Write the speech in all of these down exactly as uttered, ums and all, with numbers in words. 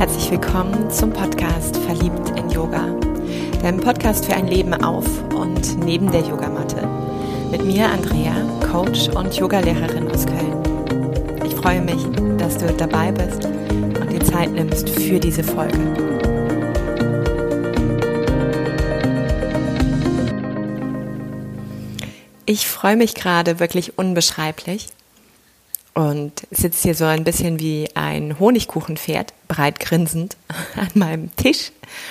herzlich willkommen zum Podcast Verliebt in Yoga, deinem Podcast für ein Leben auf und neben der Yogamatte. Mit mir Andrea, Coach und Yogalehrerin aus Köln. Ich freue mich, dass du dabei bist und dir Zeit nimmst für diese Folge. Ich freue mich gerade wirklich unbeschreiblich und sitze hier so ein bisschen wie ein Honigkuchenpferd, breit grinsend an meinem Tisch.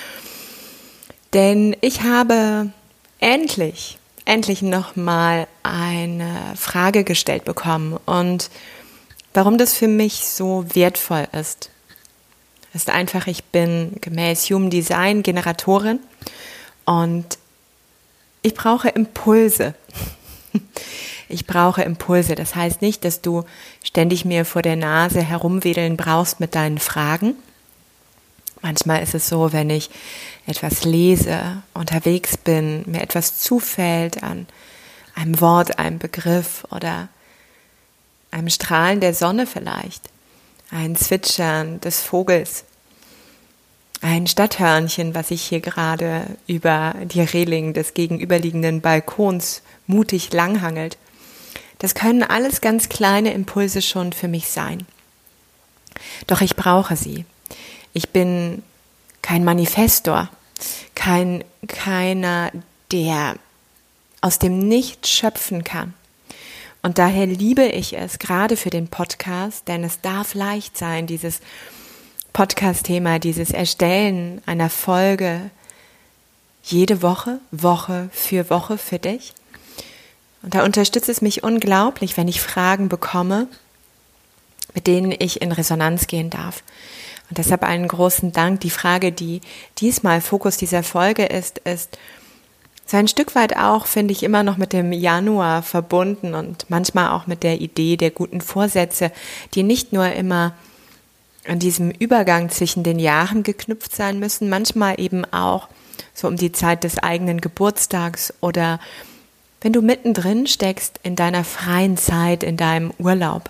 Denn ich habe endlich, endlich nochmal eine Frage gestellt bekommen. Und warum das für mich so wertvoll ist, ist einfach, ich bin gemäß Human Design Generatorin und ich brauche Impulse. Ich brauche Impulse. Das heißt nicht, dass du ständig mir vor der Nase herumwedeln brauchst mit deinen Fragen. Manchmal ist es so, wenn ich etwas lese, unterwegs bin, mir etwas zufällt an einem Wort, einem Begriff oder einem Strahlen der Sonne vielleicht, ein Zwitschern des Vogels, ein Stadthörnchen, was sich hier gerade über die Reling des gegenüberliegenden Balkons mutig langhangelt. Das können alles ganz kleine Impulse schon für mich sein. Doch ich brauche sie. Ich bin kein Manifestor, kein, keiner, der aus dem Nichts schöpfen kann. Und daher liebe ich es, gerade für den Podcast, denn es darf leicht sein, dieses Podcast-Thema, dieses Erstellen einer Folge jede Woche, Woche für Woche für dich. Und da unterstützt es mich unglaublich, wenn ich Fragen bekomme, mit denen ich in Resonanz gehen darf. Und deshalb einen großen Dank. Die Frage, die diesmal Fokus dieser Folge ist, ist so ein Stück weit auch, finde ich, immer noch mit dem Januar verbunden und manchmal auch mit der Idee der guten Vorsätze, die nicht nur immer an diesem Übergang zwischen den Jahren geknüpft sein müssen, manchmal eben auch so um die Zeit des eigenen Geburtstags oder wenn du mittendrin steckst in deiner freien Zeit, in deinem Urlaub.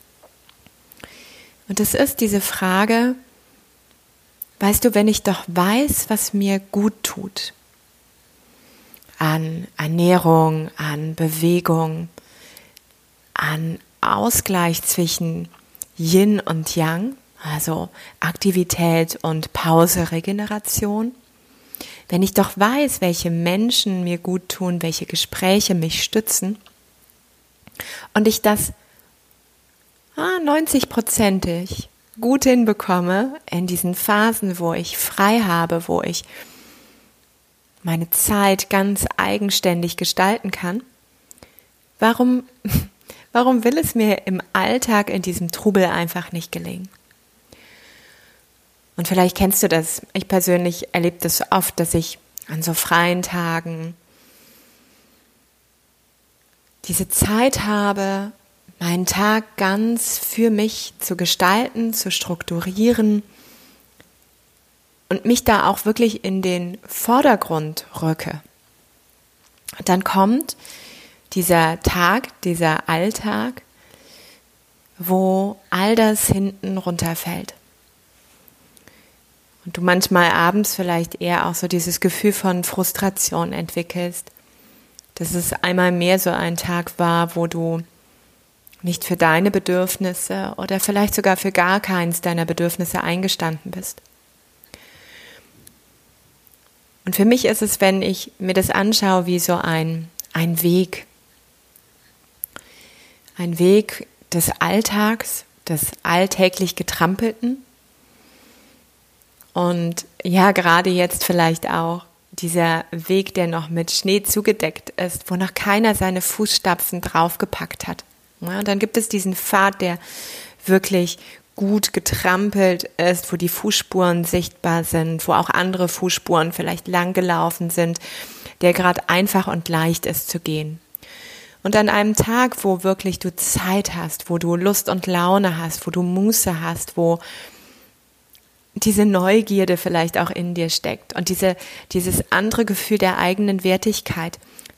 Und es ist diese Frage, weißt du, wenn ich doch weiß, was mir gut tut, an Ernährung, an Bewegung, an Ausgleich zwischen Yin und Yang, also Aktivität und Pause, Regeneration, wenn ich doch weiß, welche Menschen mir gut tun, welche Gespräche mich stützen und ich das ah, neunzig-prozentig gut hinbekomme in diesen Phasen, wo ich frei habe, wo ich meine Zeit ganz eigenständig gestalten kann, warum, warum will es mir im Alltag in diesem Trubel einfach nicht gelingen? Und vielleicht kennst du das. Ich persönlich erlebe das oft, dass ich an so freien Tagen diese Zeit habe, meinen Tag ganz für mich zu gestalten, zu strukturieren und mich da auch wirklich in den Vordergrund rücke. Und dann kommt dieser Tag, dieser Alltag, wo all das hinten runterfällt. Und du manchmal abends vielleicht eher auch so dieses Gefühl von Frustration entwickelst, dass es einmal mehr so ein Tag war, wo du nicht für deine Bedürfnisse oder vielleicht sogar für gar keins deiner Bedürfnisse eingestanden bist. Und für mich ist es, wenn ich mir das anschaue, wie so ein, ein Weg, ein Weg des Alltags, des alltäglich Getrampelten. Und ja, gerade jetzt vielleicht auch dieser Weg, der noch mit Schnee zugedeckt ist, wo noch keiner seine Fußstapfen draufgepackt hat. Ja, und dann gibt es diesen Pfad, der wirklich gut getrampelt ist, wo die Fußspuren sichtbar sind, wo auch andere Fußspuren vielleicht lang gelaufen sind, der gerade einfach und leicht ist zu gehen. Und an einem Tag, wo wirklich du Zeit hast, wo du Lust und Laune hast, wo du Muße hast, wo diese Neugierde vielleicht auch in dir steckt und diese, dieses andere Gefühl der eigenen Wertigkeit,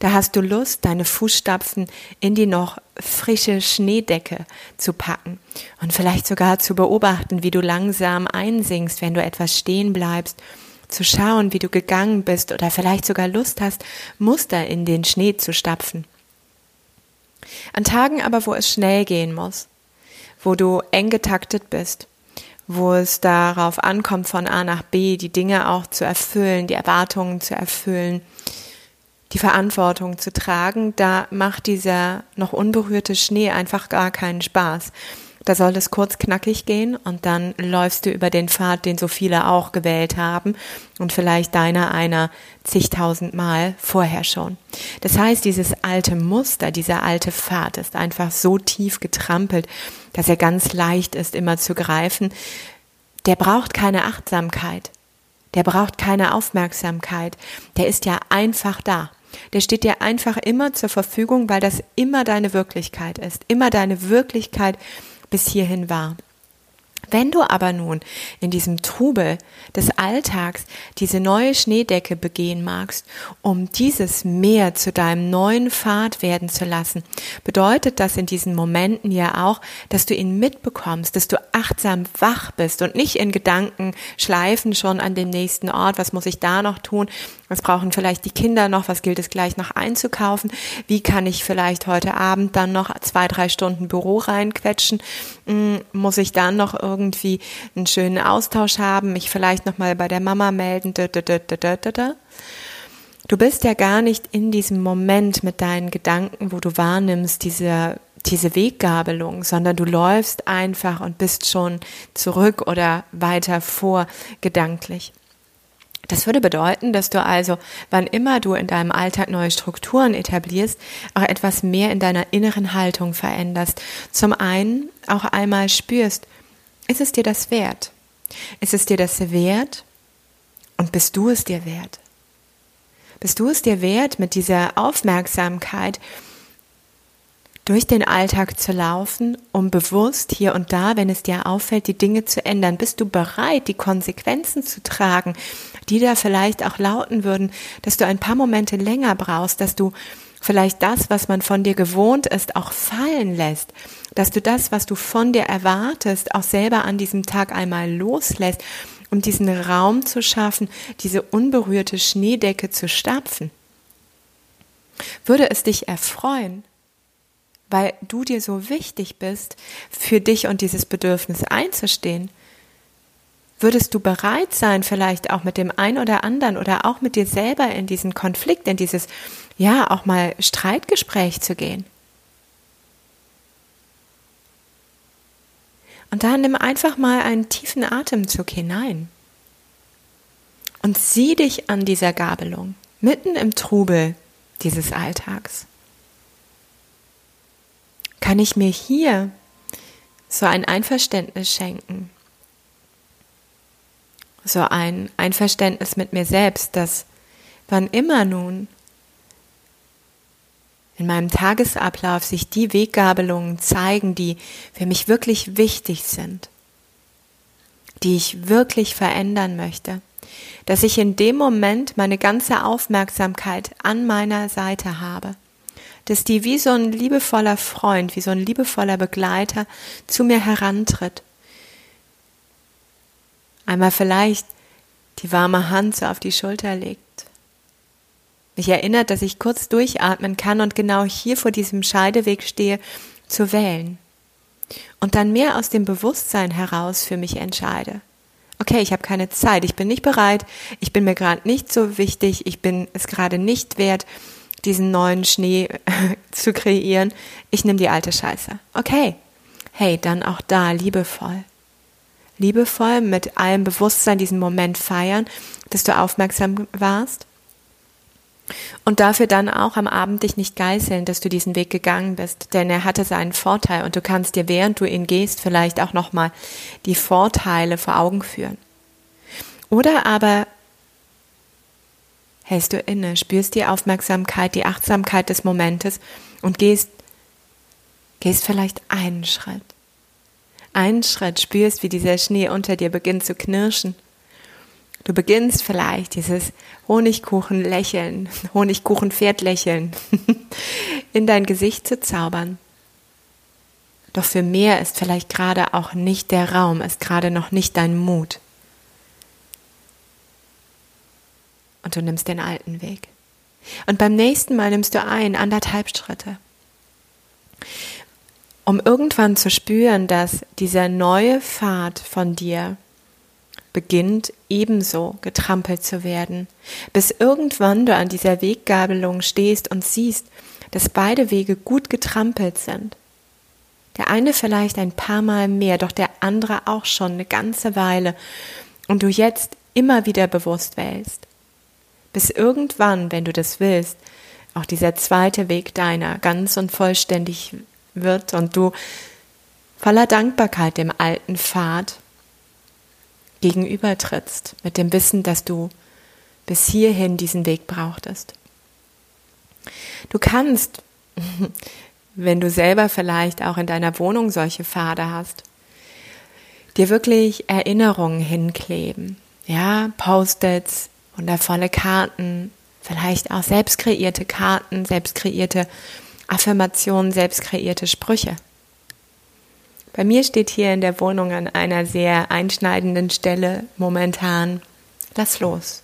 Da hast du Lust, deine Fußstapfen in die noch frische Schneedecke zu packen und vielleicht sogar zu beobachten, wie du langsam einsinkst, wenn du etwas stehen bleibst, zu schauen, wie du gegangen bist oder vielleicht sogar Lust hast, Muster in den Schnee zu stapfen. An Tagen aber, wo es schnell gehen muss, wo du eng getaktet bist, wo es darauf ankommt, von A nach B die Dinge auch zu erfüllen, die Erwartungen zu erfüllen, die Verantwortung zu tragen, da macht dieser noch unberührte Schnee einfach gar keinen Spaß. Da soll es kurz knackig gehen und dann läufst du über den Pfad, den so viele auch gewählt haben und vielleicht deiner einer zigtausend Mal vorher schon. Das heißt, dieses alte Muster, dieser alte Pfad ist einfach so tief getrampelt, dass er ganz leicht ist, immer zu greifen. Der braucht keine Achtsamkeit, der braucht keine Aufmerksamkeit, der ist ja einfach da. Der steht dir einfach immer zur Verfügung, weil das immer deine Wirklichkeit ist, immer deine Wirklichkeit bis hierhin war. Wenn du aber nun in diesem Trubel des Alltags diese neue Schneedecke begehen magst, um dieses Meer zu deinem neuen Pfad werden zu lassen, bedeutet das in diesen Momenten ja auch, dass du ihn mitbekommst, dass du achtsam wach bist und nicht in Gedanken schleifen schon an dem nächsten Ort, was muss ich da noch tun, was brauchen vielleicht die Kinder noch, was gilt es gleich noch einzukaufen, wie kann ich vielleicht heute Abend dann noch zwei, drei Stunden Büro reinquetschen, muss ich dann noch irgendwie irgendwie einen schönen Austausch haben, mich vielleicht nochmal bei der Mama melden. Du bist ja gar nicht in diesem Moment mit deinen Gedanken, wo du wahrnimmst, diese, diese Weggabelung, sondern du läufst einfach und bist schon zurück oder weiter vor gedanklich. Das würde bedeuten, dass du also, wann immer du in deinem Alltag neue Strukturen etablierst, auch etwas mehr in deiner inneren Haltung veränderst. Zum einen auch einmal spürst, ist es dir das wert? Ist es dir das wert? Und bist du es dir wert? Bist du es dir wert, mit dieser Aufmerksamkeit durch den Alltag zu laufen, um bewusst hier und da, wenn es dir auffällt, die Dinge zu ändern? Bist du bereit, die Konsequenzen zu tragen, die da vielleicht auch lauten würden, dass du ein paar Momente länger brauchst, dass du vielleicht das, was man von dir gewohnt ist, auch fallen lässt, dass du das, was du von dir erwartest, auch selber an diesem Tag einmal loslässt, um diesen Raum zu schaffen, diese unberührte Schneedecke zu stapfen? Würde es dich erfreuen, weil du dir so wichtig bist, für dich und dieses Bedürfnis einzustehen? Würdest du bereit sein, vielleicht auch mit dem einen oder anderen oder auch mit dir selber in diesen Konflikt, in dieses, ja, auch mal Streitgespräch zu gehen? Und da nimm einfach mal einen tiefen Atemzug hinein und sieh dich an dieser Gabelung, mitten im Trubel dieses Alltags. Kann ich mir hier so ein Einverständnis schenken? So ein Einverständnis mit mir selbst, dass wann immer nun in meinem Tagesablauf sich die Weggabelungen zeigen, die für mich wirklich wichtig sind, die ich wirklich verändern möchte, dass ich in dem Moment meine ganze Aufmerksamkeit an meiner Seite habe, dass die wie so ein liebevoller Freund, wie so ein liebevoller Begleiter zu mir herantritt. Einmal vielleicht die warme Hand so auf die Schulter legt. Mich erinnert, dass ich kurz durchatmen kann und genau hier vor diesem Scheideweg stehe, zu wählen. Und dann mehr aus dem Bewusstsein heraus für mich entscheide. Okay, ich habe keine Zeit, ich bin nicht bereit, ich bin mir gerade nicht so wichtig, ich bin es gerade nicht wert, diesen neuen Schnee zu kreieren. Ich nehme die alte Scheiße. Okay, hey, dann auch da liebevoll. Liebevoll mit allem Bewusstsein diesen Moment feiern, dass du aufmerksam warst. Und dafür dann auch am Abend dich nicht geißeln, dass du diesen Weg gegangen bist, denn er hatte seinen Vorteil und du kannst dir, während du ihn gehst, vielleicht auch nochmal die Vorteile vor Augen führen. Oder aber hältst du inne, spürst die Aufmerksamkeit, die Achtsamkeit des Momentes und gehst, gehst vielleicht einen Schritt. Einen Schritt, spürst, wie dieser Schnee unter dir beginnt zu knirschen. Du beginnst vielleicht dieses Honigkuchenlächeln, Honigkuchenpferdlächeln in dein Gesicht zu zaubern. Doch für mehr ist vielleicht gerade auch nicht der Raum, ist gerade noch nicht dein Mut. Und du nimmst den alten Weg. Und beim nächsten Mal nimmst du ein, anderthalb Schritte. Um irgendwann zu spüren, dass dieser neue Pfad von dir beginnt ebenso getrampelt zu werden, bis irgendwann du an dieser Weggabelung stehst und siehst, dass beide Wege gut getrampelt sind. Der eine vielleicht ein paar Mal mehr, doch der andere auch schon eine ganze Weile und du jetzt immer wieder bewusst wählst. Bis irgendwann, wenn du das willst, auch dieser zweite Weg deiner ganz und vollständig wird und du voller Dankbarkeit dem alten Pfad gegenübertrittst, mit dem Wissen, dass du bis hierhin diesen Weg brauchtest. Du kannst, wenn du selber vielleicht auch in deiner Wohnung solche Pfade hast, dir wirklich Erinnerungen hinkleben, ja, Post-its, wundervolle Karten, vielleicht auch selbst kreierte Karten, selbst kreierte Affirmationen, selbst kreierte Sprüche. Bei mir steht hier in der Wohnung an einer sehr einschneidenden Stelle momentan: Lass los.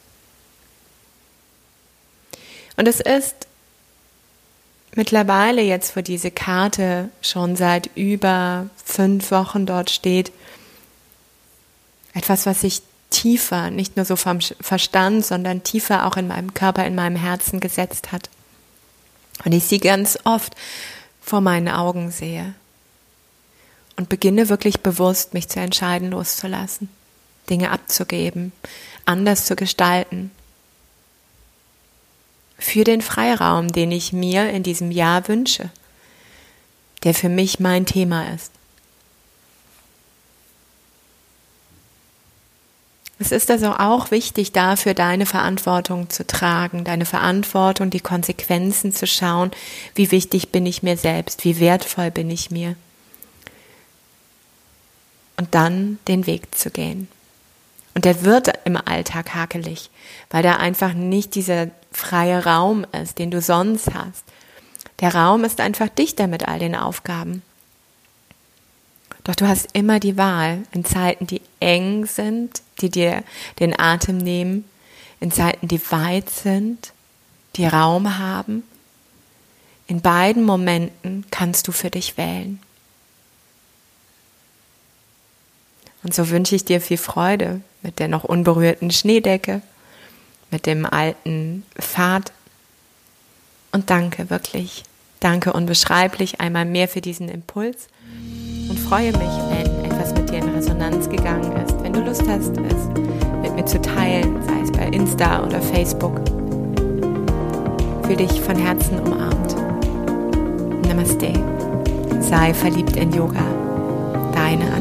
Und es ist mittlerweile jetzt, wo diese Karte schon seit über fünf Wochen dort steht, etwas, was sich tiefer, nicht nur so vom Verstand, sondern tiefer auch in meinem Körper, in meinem Herzen gesetzt hat. Und ich sie ganz oft vor meinen Augen sehe. Und beginne wirklich bewusst, mich zu entscheiden, loszulassen, Dinge abzugeben, anders zu gestalten. Für den Freiraum, den ich mir in diesem Jahr wünsche, der für mich mein Thema ist. Es ist also auch wichtig, dafür deine Verantwortung zu tragen, deine Verantwortung, die Konsequenzen zu schauen, wie wichtig bin ich mir selbst, wie wertvoll bin ich mir. Und dann den Weg zu gehen. Und der wird im Alltag hakelig, weil da einfach nicht dieser freie Raum ist, den du sonst hast. Der Raum ist einfach dichter mit all den Aufgaben. Doch du hast immer die Wahl, in Zeiten, die eng sind, die dir den Atem nehmen, in Zeiten, die weit sind, die Raum haben. In beiden Momenten kannst du für dich wählen. Und so wünsche ich dir viel Freude mit der noch unberührten Schneedecke, mit dem alten Pfad. Und danke wirklich, danke unbeschreiblich einmal mehr für diesen Impuls und freue mich, wenn etwas mit dir in Resonanz gegangen ist. Wenn du Lust hast, es mit mir zu teilen, sei es bei Insta oder Facebook. Fühl dich von Herzen umarmt. Namaste. Sei verliebt in Yoga. Deine